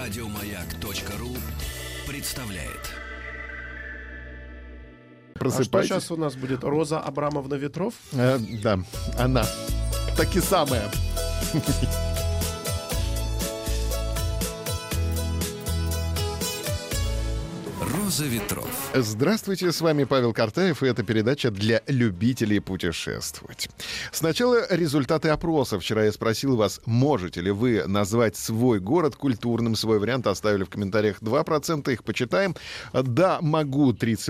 Радиомаяк.ру представляет. А что сейчас у нас будет? Роза Абрамовна Ветров? Да, она. Таки самая. Роза ветров. Здравствуйте, с вами Павел Картаев, и это передача для любителей путешествовать. Сначала результаты опроса. Вчера я спросил вас, можете ли вы назвать свой город культурным. Свой вариант оставили в комментариях 2%, их почитаем. Да, могу,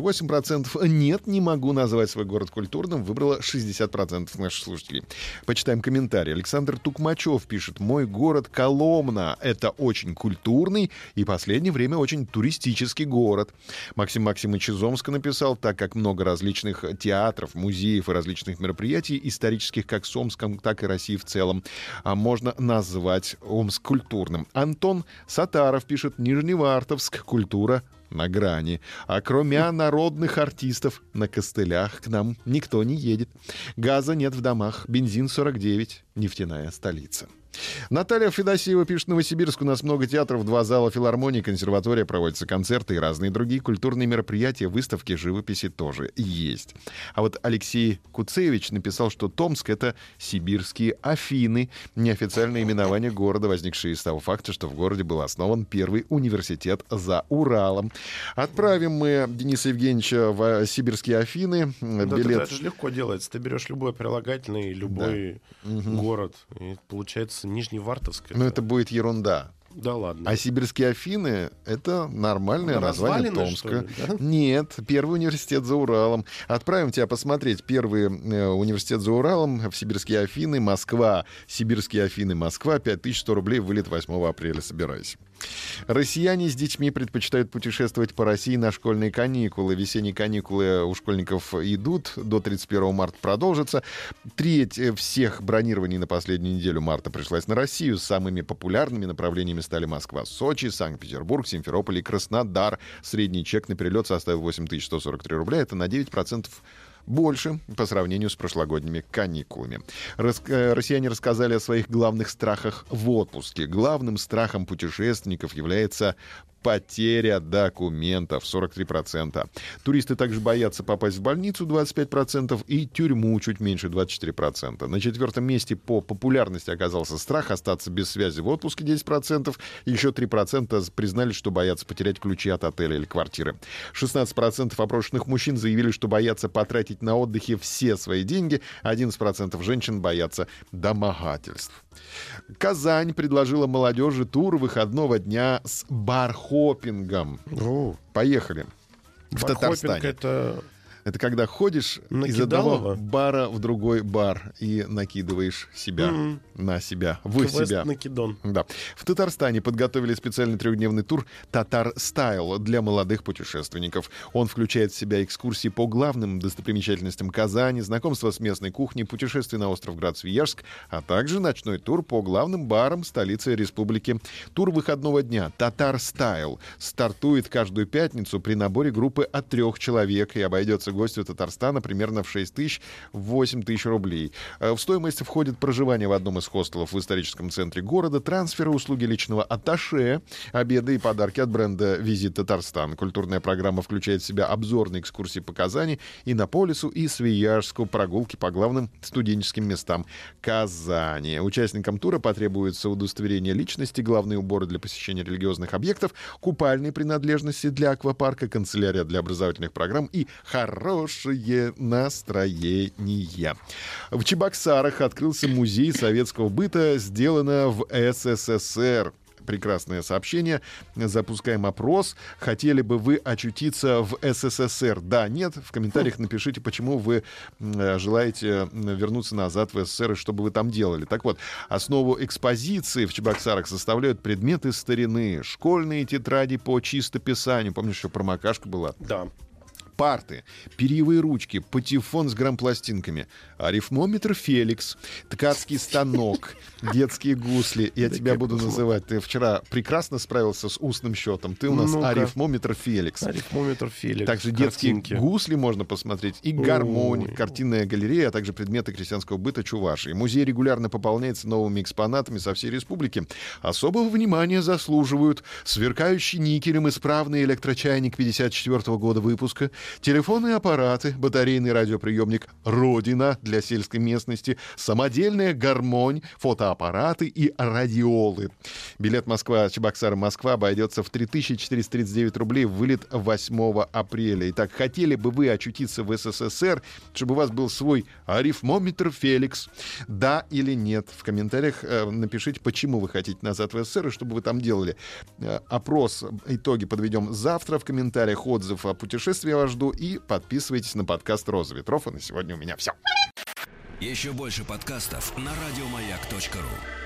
38%. Нет, не могу назвать свой город культурным. Выбрало 60% наших слушателей. Почитаем комментарии. Александр Тукмачев пишет: мой город Коломна. Это очень культурный и в последнее время очень туристический город. Максим Максимович из Омска написал: так как много различных театров, музеев и различных мероприятий, исторических как с Омском, так и России в целом, можно назвать Омск культурным. Антон Сатаров пишет: Нижневартовск, культура на грани. А кроме народных артистов на костылях к нам никто не едет. Газа нет в домах, бензин 49, нефтяная столица. Наталья Федосеева пишет: Новосибирск, у нас много театров, 2 зала филармонии, консерватория, проводятся концерты и разные другие культурные мероприятия, выставки живописи тоже есть. А вот Алексей Куцевич написал, что Томск — это сибирские Афины, неофициальное именование города, возникшее из того факта, что в городе был основан первый университет за Уралом. Отправим мы Дениса Евгеньевича в сибирские Афины. Билет... Это же легко делается. Ты берешь любой прилагательный, любой город, и получается Нижневартовск. Но это будет ерунда. Да ладно. А сибирские Афины — это нормальное название Томска. Ли, да? Нет, первый университет за Уралом. Отправим тебя посмотреть первый университет за Уралом в сибирские Афины, Москва. Сибирские Афины, Москва, 5100 рублей, вылет 8 апреля. Собирайся. Россияне с детьми предпочитают путешествовать по России на школьные каникулы. Весенние каникулы у школьников идут, до 31 марта продолжатся. Треть всех бронирований на последнюю неделю марта пришлась на Россию. Самыми популярными направлениями стали Москва, Сочи, Санкт-Петербург, Симферополь и Краснодар. Средний чек на перелет составил 8143 рубля. Это на 9% больше по сравнению с прошлогодними каникулами. Россияне рассказали о своих главных страхах в отпуске. Главным страхом путешественников является потеря документов, 43%. Туристы также боятся попасть в больницу, 25%, и тюрьму, чуть меньше, 24%. На 4-м месте по популярности оказался страх остаться без связи в отпуске, 10%. Еще 3% признали, что боятся потерять ключи от отеля или квартиры. 16% опрошенных мужчин заявили, что боятся потратить на отдыхе все свои деньги. 11% женщин боятся домогательств. Казань предложила молодежи тур выходного дня с бархоппингом. Поехали. В Татарстане. Это когда ходишь из одного бара в другой бар и накидываешь себя на себя, в себя. Накидон. Да. В Татарстане подготовили специальный 3-дневный тур «Татар Стайл» для молодых путешественников. Он включает в себя экскурсии по главным достопримечательностям Казани, знакомство с местной кухней, путешествие на остров Град-Свияжск, а также ночной тур по главным барам столицы республики. Тур выходного дня «Татар Стайл» стартует каждую пятницу при наборе группы от 3 человек и обойдется гостю Татарстана примерно в 6 тысяч-8 тысяч рублей. В стоимость входит проживание в одном из хостелов в историческом центре города, трансферы, услуги личного атташе, обеды и подарки от бренда «Визит Татарстан». Культурная программа включает в себя обзорные экскурсии по Казани, Иннополису и Свияжску, прогулки по главным студенческим местам Казани. Участникам тура потребуется удостоверение личности, главные уборы для посещения религиозных объектов, купальные принадлежности для аквапарка, канцелярия для образовательных программ и хорошее настроение. В Чебоксарах открылся музей советского быта, сделано в СССР. Прекрасное сообщение. Запускаем опрос. Хотели бы вы очутиться в СССР? Да, нет? В комментариях напишите, почему вы желаете вернуться назад в СССР и что бы вы там делали. Так вот, основу экспозиции в Чебоксарах составляют предметы старины, школьные тетради по чистописанию. Помнишь, еще промокашка была? Да. парты, перьевые ручки, патефон с грампластинками, арифмометр «Феликс», ткацкий станок, детские гусли. Я тебя буду называть. Ты вчера прекрасно справился с устным счетом. Ты у нас арифмометр «Феликс». Арифмометр «Феликс». Также детские гусли можно посмотреть, и гармонь, картинная галерея, а также предметы крестьянского быта Чувашии. Музей регулярно пополняется новыми экспонатами со всей республики. Особого внимания заслуживают сверкающий никелем исправный электрочайник 54 года выпуска, телефонные аппараты, батарейный радиоприемник «Родина» для сельской местности, самодельная гармонь, фотоаппараты и радиолы. Билет Москва-Чебоксары-Москва обойдется в 3439 рублей, вылет 8 апреля. Итак, хотели бы вы очутиться в СССР, чтобы у вас был свой арифмометр «Феликс»? Да или нет? В комментариях напишите, почему вы хотите назад в СССР и что бы вы там делали. Опрос, итоги подведем завтра. В комментариях отзыв о путешествии я вас жду. И подписывайтесь на подкаст «Роза ветров». И на сегодня у меня все. Еще больше подкастов на радиомаяк.ру.